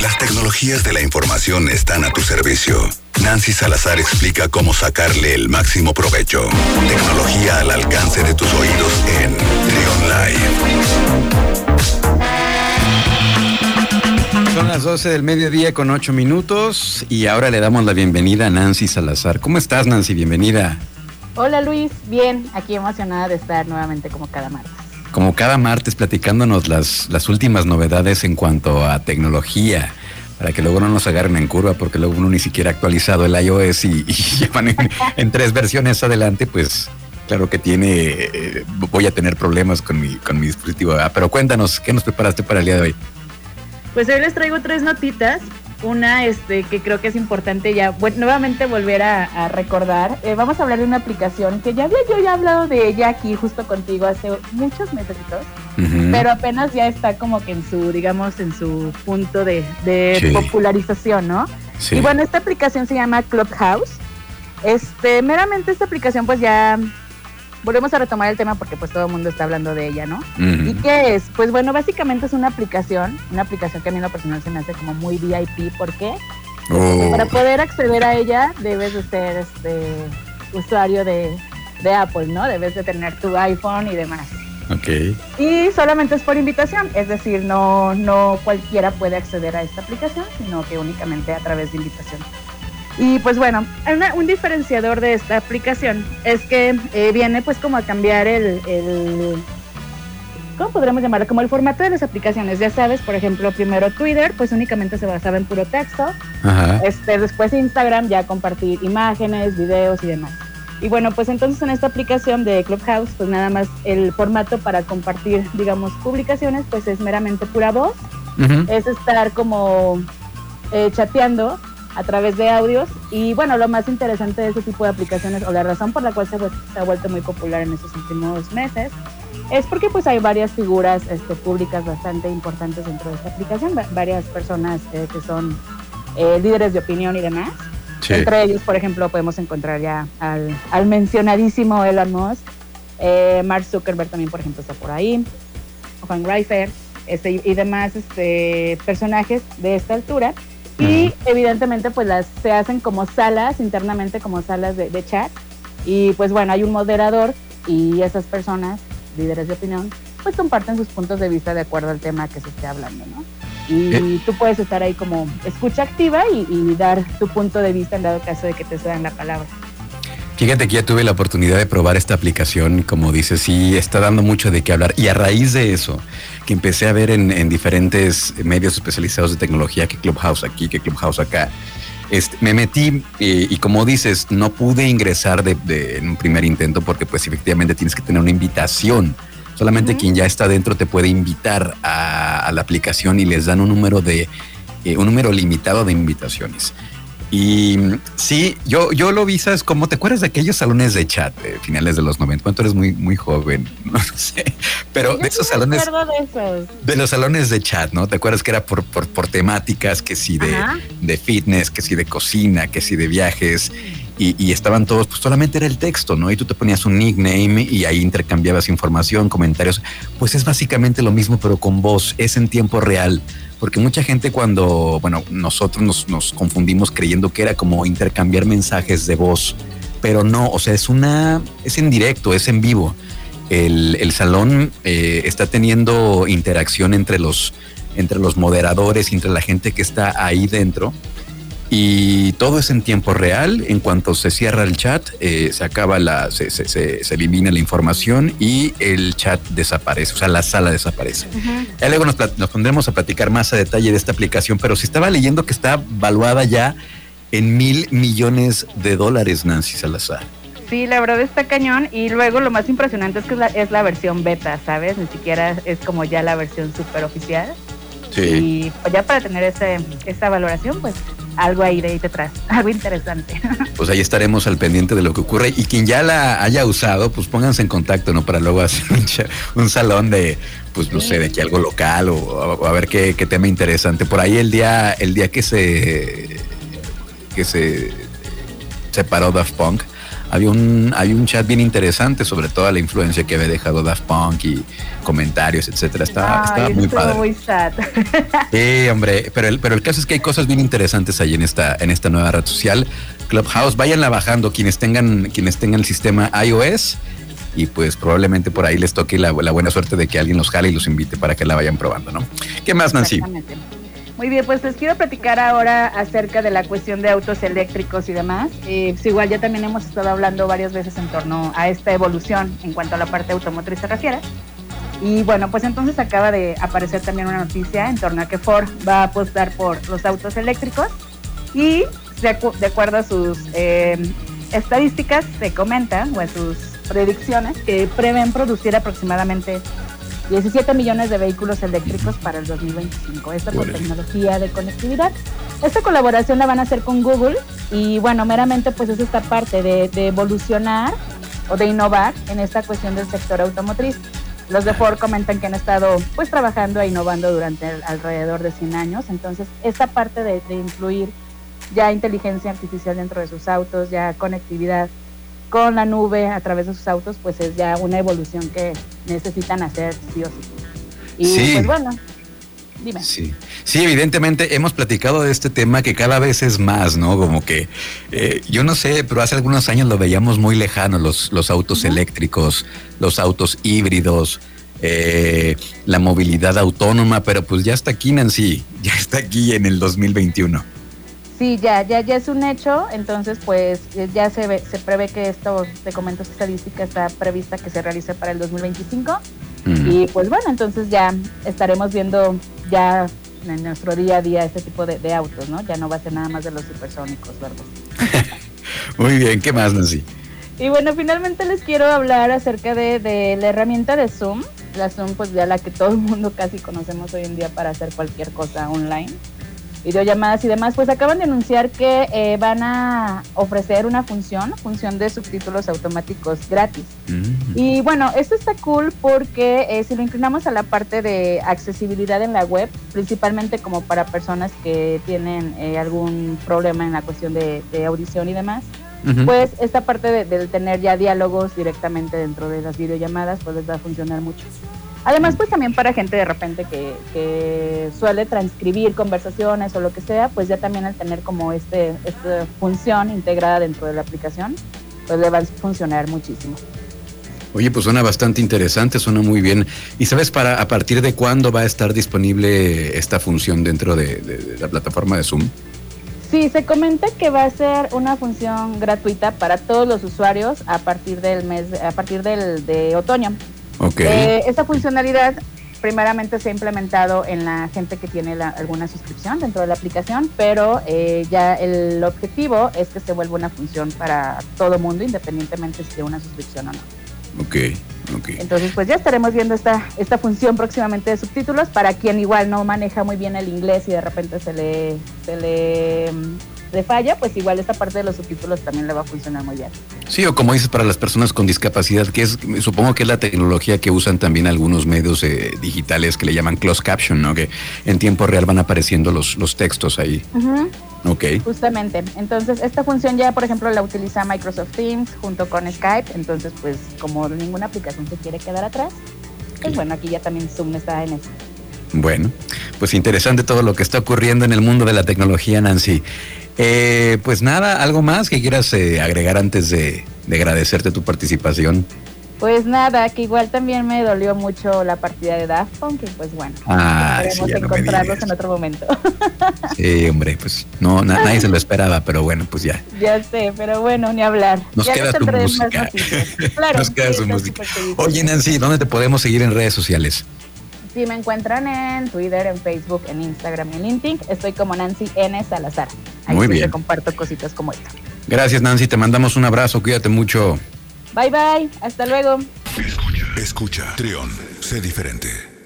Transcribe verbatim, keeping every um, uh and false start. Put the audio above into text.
Las tecnologías de la información están a tu servicio. Nancy Salazar explica cómo sacarle el máximo provecho. Tecnología al alcance de tus oídos en Trion Live. Son las doce del mediodía con ocho minutos y ahora le damos la bienvenida a Nancy Salazar. ¿Cómo estás, Nancy? Bienvenida. Hola, Luis. Bien, aquí emocionada de estar nuevamente como cada martes. Como cada martes platicándonos las, las últimas novedades en cuanto a tecnología, para que luego no nos agarren en curva, porque luego uno ni siquiera ha actualizado el iOS y, y llevan en, en tres versiones adelante, pues claro que tiene, eh, voy a tener problemas con mi, con mi dispositivo. Ah, pero cuéntanos, ¿qué nos preparaste para el día de hoy? Pues hoy les traigo tres notitas. Una este que creo que es importante ya bueno, nuevamente volver a, a recordar. Eh, vamos a hablar de una aplicación que ya había yo ya hablado de ella aquí justo contigo hace muchos meses, uh-huh. Pero apenas ya está como que en su, digamos, en su punto de, de sí. popularización, ¿no? Sí. Y bueno, esta aplicación se llama Clubhouse. Este, meramente esta aplicación pues ya volvemos a retomar el tema porque pues todo el mundo está hablando de ella, ¿no? Uh-huh. ¿Y qué es? Pues bueno, básicamente es una aplicación, una aplicación que a mí en lo personal se me hace como muy V I P. ¿Por qué? Oh. Para poder acceder a ella debes de ser este usuario de, de Apple, ¿no? Debes de tener tu iPhone y demás. Okay. Y solamente es por invitación, es decir, no, no cualquiera puede acceder a esta aplicación, sino que únicamente a través de invitación. Y pues bueno, una, un diferenciador de esta aplicación es que eh, viene pues como a cambiar el, el, ¿cómo podríamos llamarlo? Como el formato de las aplicaciones. Ya sabes, por ejemplo, primero Twitter, pues únicamente se basaba en puro texto. Ajá. Este, después Instagram, ya compartir imágenes, videos y demás. Y bueno, pues entonces en esta aplicación de Clubhouse, pues nada más el formato para compartir, digamos, publicaciones, pues es meramente pura voz. Uh-huh. Es estar como eh, chateando a través de audios. Y bueno, lo más interesante de ese tipo de aplicaciones, o la razón por la cual se, se ha vuelto muy popular en estos últimos meses, es porque pues hay varias figuras este, públicas bastante importantes dentro de esta aplicación, va- varias personas eh, que son eh, líderes de opinión y demás. Sí. Entre ellos, por ejemplo, podemos encontrar ya al, al mencionadísimo Elon Musk, eh, Mark Zuckerberg también, por ejemplo, está por ahí, Juan Reifer, este, y demás este, personajes de esta altura. Y evidentemente pues las se hacen como salas, internamente como salas de, de chat. Y pues bueno, hay un moderador y esas personas, líderes de opinión, pues comparten sus puntos de vista de acuerdo al tema que se esté hablando, ¿no? Y ¿Eh? tú puedes estar ahí como escucha activa y, y dar tu punto de vista en dado caso de que te cedan la palabra. Fíjate que ya tuve la oportunidad de probar esta aplicación, como dices, sí, está dando mucho de qué hablar. Y a raíz de eso, que empecé a ver en, en diferentes medios especializados de tecnología, que Clubhouse aquí, que Clubhouse acá, este, me metí eh, y como dices, no pude ingresar de, de, en un primer intento porque pues efectivamente tienes que tener una invitación. Solamente uh-huh. quien ya está dentro te puede invitar a, a la aplicación y les dan un número de eh, un número limitado de invitaciones. Y sí, yo, yo lo vi, ¿sabes cómo? ¿Te acuerdas de aquellos salones de chat de finales de los noventa? Bueno, tú eres muy, muy joven, no sé, pero yo de esos salones, de, esos. de los salones de chat, ¿no? ¿Te acuerdas que era por, por, por temáticas, que sí de, de fitness, que sí de cocina, que sí de viajes? Y, y estaban todos, pues solamente era el texto, ¿no? Y tú te ponías un nickname y ahí intercambiabas información, comentarios. Pues es básicamente lo mismo, pero con voz, es en tiempo real. Porque mucha gente cuando, bueno, nosotros nos, nos confundimos creyendo que era como intercambiar mensajes de voz, pero no, o sea, es una, es en directo, es en vivo. El, el salón eh, está teniendo interacción entre los, entre los moderadores, entre la gente que está ahí dentro. Y todo es en tiempo real. En cuanto se cierra el chat, eh, se acaba la, se, se, se, se elimina la información y el chat desaparece, o sea, la sala desaparece. Uh-huh. Ya luego nos, nos pondremos a platicar más a detalle de esta aplicación, pero si estaba leyendo que está valuada ya en mil millones de dólares, Nancy Salazar. Sí, la verdad está cañón. Y luego lo más impresionante es que es la, es la versión beta, ¿sabes? Ni siquiera es como ya la versión súper oficial. Sí. Y pues ya para tener ese, esa valoración, pues algo ahí de ahí detrás, algo interesante. Pues ahí estaremos al pendiente de lo que ocurre. Y quien ya la haya usado, pues pónganse en contacto, ¿no? Para luego hacer un, un salón de, pues no sí. sé, de aquí algo local o, o a ver qué, qué tema interesante. Por ahí el día, el día que se que se separó Daft Punk, había un, hay un chat bien interesante sobre toda la influencia que había dejado Daft Punk y comentarios, etcétera. Estaba, Ay, estaba muy padre. Muy sad. Sí, hombre, pero el, pero el caso es que hay cosas bien interesantes ahí en esta, en esta nueva red social, Clubhouse. Váyanla bajando quienes tengan, quienes tengan el sistema iOS. Y pues probablemente por ahí les toque la, la buena suerte de que alguien los jale y los invite para que la vayan probando, ¿no? ¿Qué más, Nancy? Exactamente. Muy bien, pues les quiero platicar ahora acerca de la cuestión de autos eléctricos y demás. Eh, pues igual ya también hemos estado hablando varias veces en torno a esta evolución en cuanto a la parte automotriz se refiere. Y bueno, pues entonces acaba de aparecer también una noticia en torno a que Ford va a apostar por los autos eléctricos y de, acu- de acuerdo a sus eh, estadísticas se comenta, o a sus predicciones, que prevén producir aproximadamente diecisiete millones de vehículos eléctricos para el dos mil veinticinco. Esto con tecnología de conectividad. Esta colaboración la van a hacer con Google y bueno, meramente pues es esta parte de, de evolucionar o de innovar en esta cuestión del sector automotriz. Los de Ford comentan que han estado pues trabajando e innovando durante el, alrededor de cien años, entonces esta parte de, de incluir ya inteligencia artificial dentro de sus autos, ya conectividad con la nube a través de sus autos, pues es ya una evolución que necesitan hacer sí o sí. Y sí. Pues bueno, dime. Sí. sí, evidentemente hemos platicado de este tema que cada vez es más, ¿no? Como que, eh, yo no sé, pero hace algunos años lo veíamos muy lejano, los, los autos uh-huh. eléctricos, los autos híbridos, eh, la movilidad autónoma, pero pues ya está aquí, Nancy, ya está aquí en el dos mil veintiuno. Sí, ya, ya, ya es un hecho, entonces pues ya se ve, se prevé que esto, te comento, esta estadística está prevista que se realice para el dos mil veinticinco mm. y pues bueno, entonces ya estaremos viendo ya en nuestro día a día este tipo de, de autos, ¿no? Ya no va a ser nada más de los supersónicos, ¿verdad? Muy bien, ¿qué más, Nancy? Y bueno, finalmente les quiero hablar acerca de, de la herramienta de Zoom, la Zoom pues ya la que todo el mundo casi conocemos hoy en día para hacer cualquier cosa online, videollamadas y demás, pues acaban de anunciar que eh, van a ofrecer una función, función de subtítulos automáticos gratis. Mm-hmm. Y bueno, esto está cool porque eh, si lo inclinamos a la parte de accesibilidad en la web, principalmente como para personas que tienen eh, algún problema en la cuestión de, de audición y demás, uh-huh. pues esta parte de, de tener ya diálogos directamente dentro de las videollamadas, pues les va a funcionar mucho. Además, pues también para gente de repente que, que suele transcribir conversaciones o lo que sea, pues ya también al tener como este esta función integrada dentro de la aplicación, pues le va a funcionar muchísimo. Oye, pues suena bastante interesante, suena muy bien. ¿Y sabes para a partir de cuándo va a estar disponible esta función dentro de, de, de la plataforma de Zoom? Sí, se comenta que va a ser una función gratuita para todos los usuarios a partir del mes, a partir del de otoño. Okay. Eh, esta funcionalidad primeramente se ha implementado en la gente que tiene la, alguna suscripción dentro de la aplicación, pero eh, ya el objetivo es que se vuelva una función para todo mundo, independientemente si tiene una suscripción o no. Ok, ok. Entonces, pues ya estaremos viendo esta, esta función próximamente de subtítulos para quien igual no maneja muy bien el inglés y de repente se le, se le, le falla, pues igual esta parte de los subtítulos también le va a funcionar muy bien. Sí, o como dices, para las personas con discapacidad, que es, supongo que es la tecnología que usan también algunos medios eh, digitales que le llaman closed caption, ¿no? Que en tiempo real van apareciendo los, los textos ahí. Uh-huh. Ok. Justamente. Entonces, esta función ya, por ejemplo, la utiliza Microsoft Teams junto con Skype. Entonces, pues, como ninguna aplicación se quiere quedar atrás, pues okay. Bueno, aquí ya también Zoom está en eso. Bueno, pues interesante todo lo que está ocurriendo en el mundo de la tecnología, Nancy. Eh, pues nada, ¿algo más que quieras eh, agregar antes de, de agradecerte tu participación? Pues nada, que igual también me dolió mucho la partida de Daft Punk y pues bueno, ah, podemos sí, encontrarlos no en otro momento. Sí, hombre, pues no, na, nadie se lo esperaba, pero bueno, pues ya. Ya sé, pero bueno, ni hablar. Nos ya queda su música. Claro, Nos queda sí, su música. Oye, Nancy, ¿dónde te podemos seguir en redes sociales? Sí, me encuentran en Twitter, en Facebook, en Instagram y en LinkedIn. Estoy como Nancy N. Salazar. Ahí Muy sí bien. Te comparto cositas como esta. Gracias, Nancy. Te mandamos un abrazo. Cuídate mucho. Bye, bye. Hasta luego. Escucha, escucha. Trión, sé diferente.